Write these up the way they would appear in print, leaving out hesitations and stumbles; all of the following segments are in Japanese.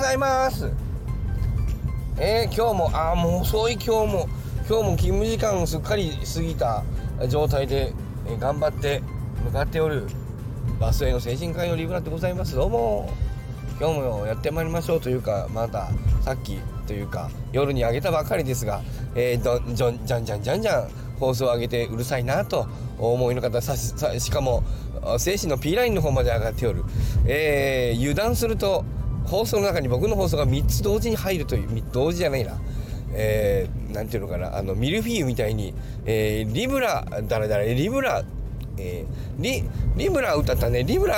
ざいます。今日ももう遅い。今日も勤務時間すっかり過ぎた状態で、頑張って向かっておるバスへの精神科医のリブラでございます。どうも今日もやってまいりましょうというか、まださっきというか夜にあげたばかりですが、じゃん放送を上げてうるさいなとお思いの方、しかも精神の P ラインの方まで上がっておる、油断すると放送の中に僕の放送が3つ同時に入るという、同時じゃないな、なんていうのかな、ミルフィーユみたいに、リブラリブラ歌ったね。リブラ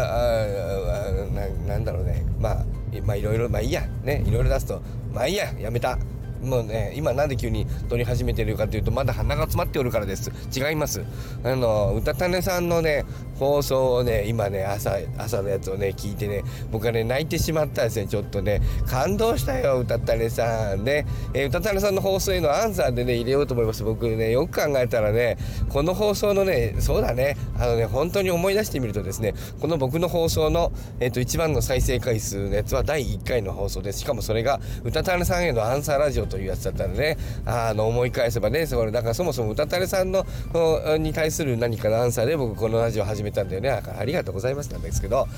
なんだろうね。まあいろいろ、まあいいやね、いろいろ出すとまあいいや、やめた。もうね、今なんで急に撮り始めてるかというと、まだ鼻が詰まっておるからです。違います。うたたねさんのね放送をね、今ね朝のやつをね聞いてね、僕はね泣いてしまったんですね。ちょっとね感動したよ、うたたねさんね。うたたねさんの放送へのアンサーでね入れようと思います。僕ねよく考えたらね、この放送のね、そうだね、本当に思い出してみるとですね、この僕の放送の一番の再生回数のやつは第1回の放送です。しかもそれがうたたねさんへのアンサーラジオというやつだったらね、思い返せばね、それだからそもそもうたたねさんのに対する何かのアンサーで僕このラジオ始めたんだよね。ありがとうございますなんですけど、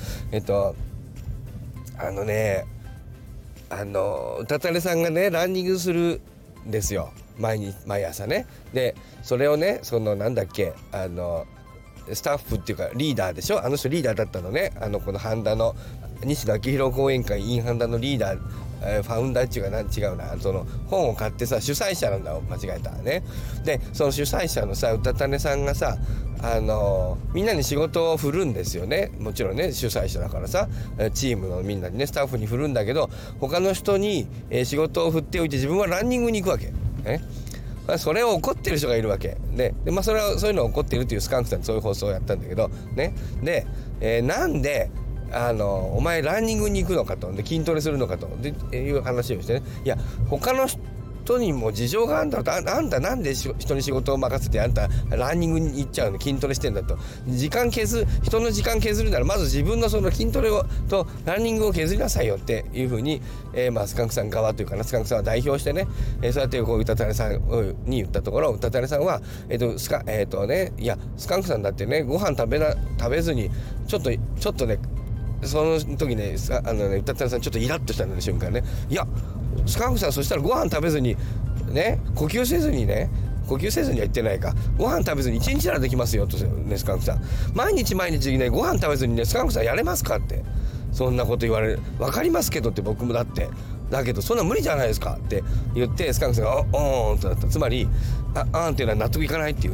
うたたねさんがねランニングするんですよ、毎朝ね。でそれをね、そのなんだっけ、スタッフっていうかリーダーでしょ、あの人リーダーだったのね。このハンダの西田明宏講演会 in ハンダのリーダー、ファウンダーっていうか違うな、その本を買ってさ、主催者なんだ、間違えたね。でその主催者のさうたたねさんがさ、みんなに仕事を振るんですよね。もちろんね主催者だからさ、チームのみんなにね、スタッフに振るんだけど、他の人に、仕事を振っておいて自分はランニングに行くわけね。それを怒ってる人がいるわけで、それはそういうのを怒ってるっていうスカンクさん、そういう放送をやったんだけどね。で、なんでお前ランニングに行くのかと、で筋トレするのかという話をしてね、いや他の人にも事情があんだろと、あんたなんで人に仕事を任せてあんたランニングに行っちゃうの、筋トレしてんだと、人の時間削るならまず自分のその筋トレをとランニングを削りなさいよっていうふうに、スカンクさん側というかな、スカンクさんは代表してね、そうやってこううたたねさんに言ったところ、うたたねさんはいやスカンクさんだってね、ご飯食べずにちょっとね、その時ね、うたたねさんちょっとイラッとしたんだね、瞬間ね。いやスカンクさん、そしたらご飯食べずにね、呼吸せずには言ってないか、ご飯食べずに1日ならできますよとね、スカンクさん毎日ねご飯食べずにね、スカンクさんやれますかって、そんなこと言われる。分かりますけどって、僕もだけどそんな無理じゃないですかって言って、スカンクさんがおーんとなった。つまりあんっていうのは納得いかないっていう、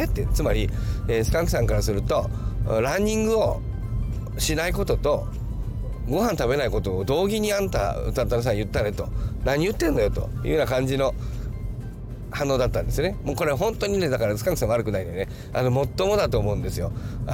ってつまり、スカンクさんからするとランニングをしないこととご飯食べないことを同義にあんたうたたねさん言ったねと、何言ってんのよというような感じの反応だったんですね。もうこれ本当にね、だからスカンクさん悪くないんでね、もっともだと思うんですよ。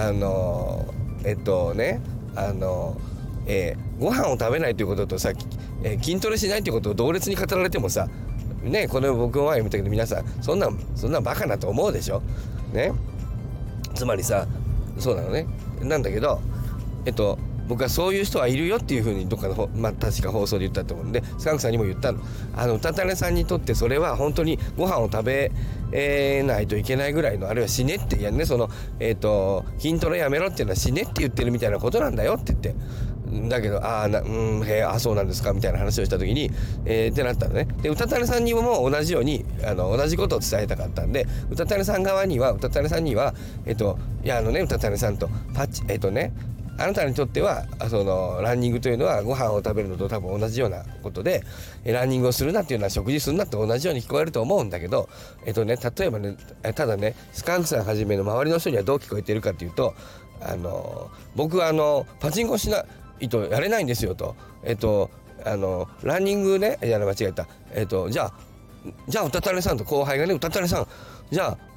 ご飯を食べないということとさ、筋トレしないということを同列に語られてもさね、これ僕は言ったけど皆さんそんなバカなと思うでしょね。つまりさ、そうなのね、なんだけど僕はそういう人はいるよっていうふうにどっかの確か放送で言ったと思うんで、スカンクさんにも言ったの。うたたねさんにとってそれは本当にご飯を食べないといけないぐらいの、あるいは死ねって、いやね、その筋トレやめろっていうのは死ねって言ってるみたいなことなんだよって言って、だけどそうなんですかみたいな話をした時にってなったのね。でうたたねさんにも同じように同じことを伝えたかったんで、うたたねさん側にはうたたねうたたねさんとあなたにとってはそのランニングというのはご飯を食べるのと多分同じようなことで、ランニングをするなっていうのは食事するなって同じように聞こえると思うんだけど、例えばね、ただね、スカンクさんはじめの周りの人にはどう聞こえてるかっていうと、僕はパチンコしないとやれないんですよと、ランニングね、間違えた、じゃあうたたねさんと後輩がね、うたたねさんじゃあ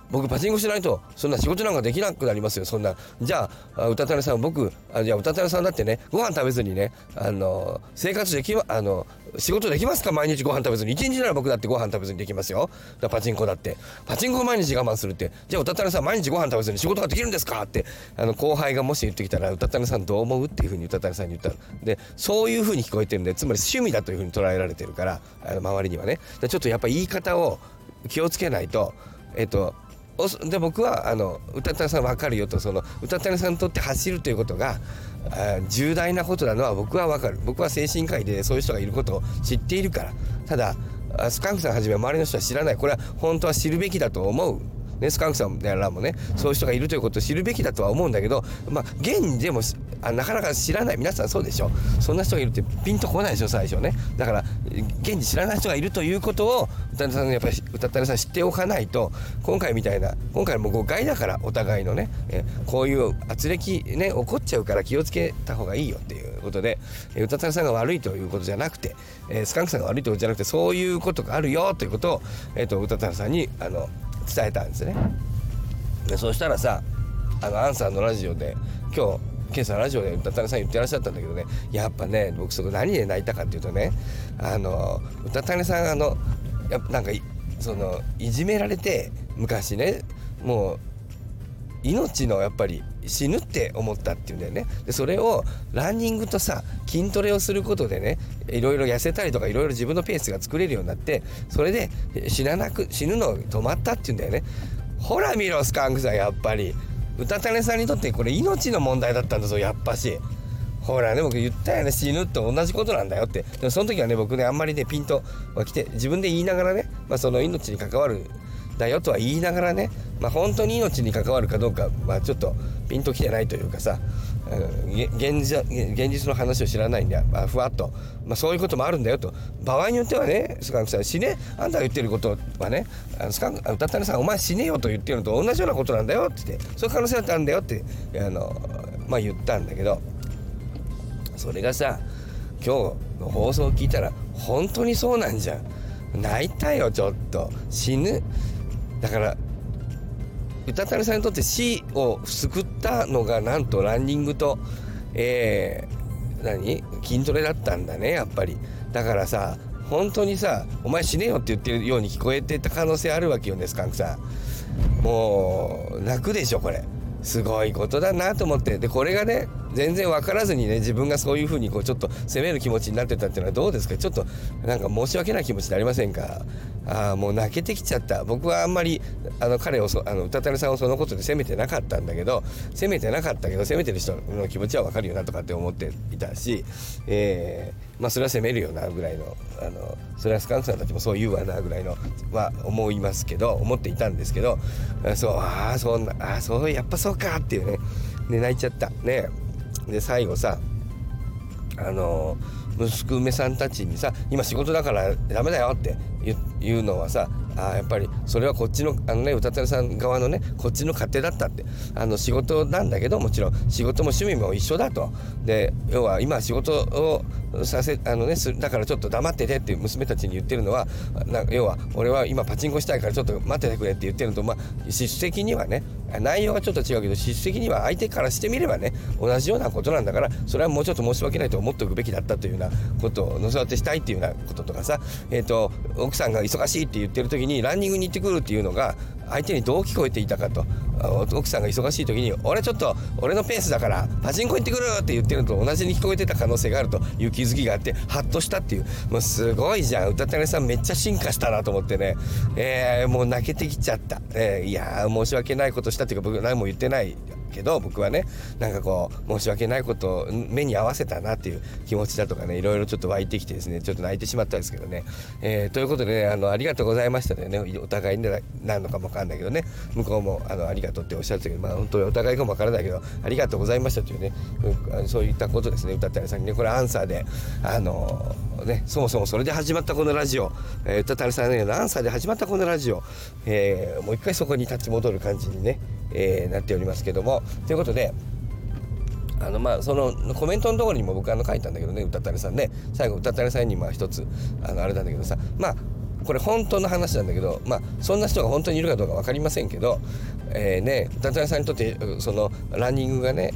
僕パチンコしないとそんな仕事なんかできなくなりますよ。そんなじゃあうたたねさんじゃあうたたねさんだってねご飯食べずにね生活でき仕事できますか？毎日ご飯食べずに。一日なら僕だってご飯食べずにできますよ。だからパチンコだってパチンコを毎日我慢するって、じゃあうたたねさん毎日ご飯食べずに仕事ができるんですかって後輩がもし言ってきたら、うたたねさんどう思うっていうふうにうたたねさんに言ったで、そういうふうに聞こえてるんで、つまり趣味だというふうに捉えられてるから周りにはね。ちょっとやっぱ言い方を気をつけないとで僕はうたたねさん分かるよと、うたたねさんにとって走るということが重大なことなのは僕は分かる。僕は精神科医でそういう人がいることを知っているから。ただスカンクさんはじめ周りの人は知らない。これは本当は知るべきだと思う。ね、スカンクさんらもねそういう人がいるということを知るべきだとは思うんだけど、現にでもなかなか知らない。皆さんそうでしょ。そんな人がいるってピンとこないでしょ最初ね。だから現に知らない人がいるということをうたたねさんやっぱりうたたねさん知っておかないと、今回も誤解だから、お互いのねこういう圧力ね起こっちゃうから気をつけた方がいいよっていうことで、うたたねさんが悪いということじゃなくて、スカンクさんが悪いということじゃなくて、そういうことがあるよということをうたたねさんに伝えたんですね。でそうしたらさアンサーのラジオで今朝ラジオでうたたねさん言ってらっしゃったんだけどね、やっぱね僕そこ何で泣いたかっていうとね、うたたねさんなんかいじめられて、昔ねもう命のやっぱり死ぬって思ったっていうんだよね。でそれをランニングとさ筋トレをすることでね、いろいろ痩せたりとかいろいろ自分のペースが作れるようになって、それで死ぬの止まったっていうんだよね。ほら見ろスカンクさん、やっぱりうたたねさんにとってこれ命の問題だったんだぞやっぱし。ほらね僕言ったよね、死ぬと同じことなんだよって。でもその時はね僕ねあんまりねピンと来て、自分で言いながらね、その命に関わるだよとは言いながらね、本当に命に関わるかどうかちょっとピンときてないというかさ、現実の話を知らないんでふわっと、そういうこともあるんだよと。場合によってはねスカンクさん死ね、あんたが言ってることはねうたたねさんお前死ねよと言ってるのと同じようなことなんだよって言って、そういう可能性だってあるんだよって言ったんだけど、それがさ今日の放送を聞いたら本当にそうなんじゃん。泣いたよちょっと。死ぬだからうたたねさんにとって死を救ったのがなんとランニングと筋トレだったんだねやっぱり。だからさ本当にさお前死ねよって言ってるように聞こえてた可能性あるわけよねスカンクさん。もう泣くでしょこれ。すごいことだなと思って。でこれがね全然分からずにね自分がそういうふうにちょっと責める気持ちになってたっていうのはどうですか。ちょっとなんか申し訳ない気持ちになりませんか。もう泣けてきちゃった。僕はあんまり彼をうたたねさんをそのことで責めてなかったけど責めてる人の気持ちは分かるよなとかって思っていたし、それは責めるよなぐらいのそれはスカンクさんたちもそう言うわなぐらいのは思っていたんですけど、そうやっぱそうかっていうね泣いちゃったね。で最後さ娘さんたちにさ今仕事だからダメだよって言うのはさやっぱりそれはこっちのうたたねさん側のねこっちの勝手だったって。仕事なんだけどもちろん仕事も趣味も一緒だと。で要は今仕事をだからちょっと黙っててって娘たちに言ってるのは要は俺は今パチンコしたいからちょっと待っててくれって言ってるのと質的にはね内容はちょっと違うけど質的には相手からしてみればね同じようなことなんだから、それはもうちょっと申し訳ないと思っておくべきだったというようなことをのそわってしたいっていうようなこととかさ、奥さんが忙しいって言ってる時にランニングに行ってくるっていうのが相手にどう聞こえていたかと。奥さんが忙しい時に俺のペースだからパチンコ行ってくるって言ってるのと同じに聞こえてた可能性があるという気づきがあってハッとしたっていう。もうすごいじゃん、うたたねさんめっちゃ進化したなと思ってね、もう泣けてきちゃった。いや申し訳ないことしたっていうか僕何も言ってないけど、僕はねなんか申し訳ないことを目に合わせたなっていう気持ちだとかねいろいろちょっと湧いてきてですねちょっと泣いてしまったんですけどね、ということでねありがとうございましたでね、お互いに何のかも分かんないけどね向こうもありがとうっておっしゃってたけど本当にお互いかも分からないけどありがとうございましたというね、そういったことですね。うたたねさんにねこれアンサーでそもそもそれで始まったこのラジオ、うたたねさんのアンサーで始まったこのラジオ、もう一回そこに立ち戻る感じにね、なっておりますけども、ということでそのコメントのところにも僕書いたんだけどねうたたねさんね最後うたたねさんに一つあれなんだけどさこれ本当の話なんだけど、そんな人が本当にいるかどうか分かりませんけど、歌谷さんにとってそのランニングがね、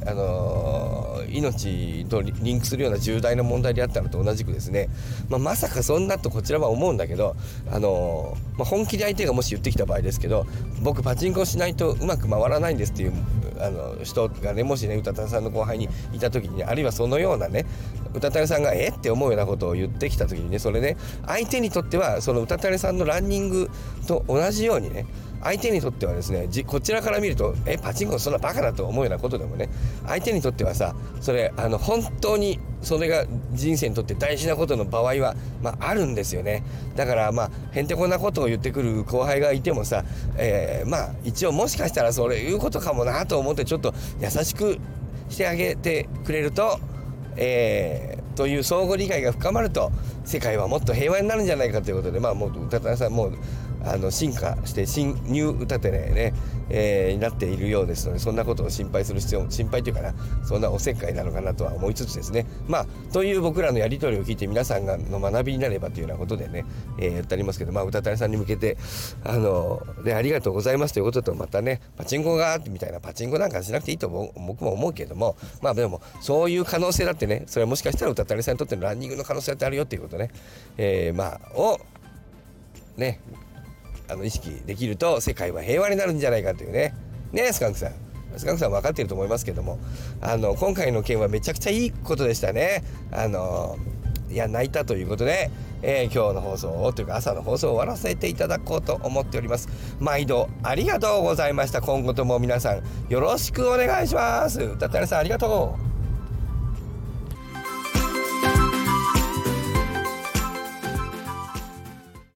命とリンクするような重大な問題であったのと同じくですね、まさかそんなとこちらは思うんだけど、本気で相手がもし言ってきた場合ですけど、僕パチンコしないとうまく回らないんですっていう人がね、もしね歌谷さんの後輩にいた時に、ね、あるいはそのようなね歌谷さんがって思うようなことを言ってきた時にね、それね相手にとってはその歌谷さんのランニングと同じようにね、相手にとってはですね、こちらから見るとパチンコそんなバカだと思うようなことでもね、相手にとってはさ、それ本当にそれが人生にとって大事なことの場合は、あるんですよね。だからへんてこなことを言ってくる後輩がいてもさ、一応もしかしたらそれ言うことかもなと思ってちょっと優しくしてあげてくれると、という相互理解が深まると世界はもっと平和になるんじゃないかということで、もう歌谷さんも進化して新ニュー歌手ね、になっているようですので、そんなことを心配する必要、心配というかな、そんなおせっかいなのかなとは思いつつですね、という僕らのやり取りを聞いて皆さんの学びになればというようなことでね、やってありますけど、歌谷さんに向けてありがとうございますということと、またねパチンコがみたいな、パチンコなんかしなくていいと僕も思うけども、でもそういう可能性だってね、それはもしかしたら歌谷さんにとってのランニングの可能性だってあるよっていうことね、をね意識できると世界は平和になるんじゃないかというね。スカンクさん分かっていると思いますけども、今回の件はめちゃくちゃいいことでしたね。泣いたということで、今日の放送をというか朝の放送を終わらせていただこうと思っております。毎度ありがとうございました。今後とも皆さんよろしくお願いします。歌谷さんありがとう。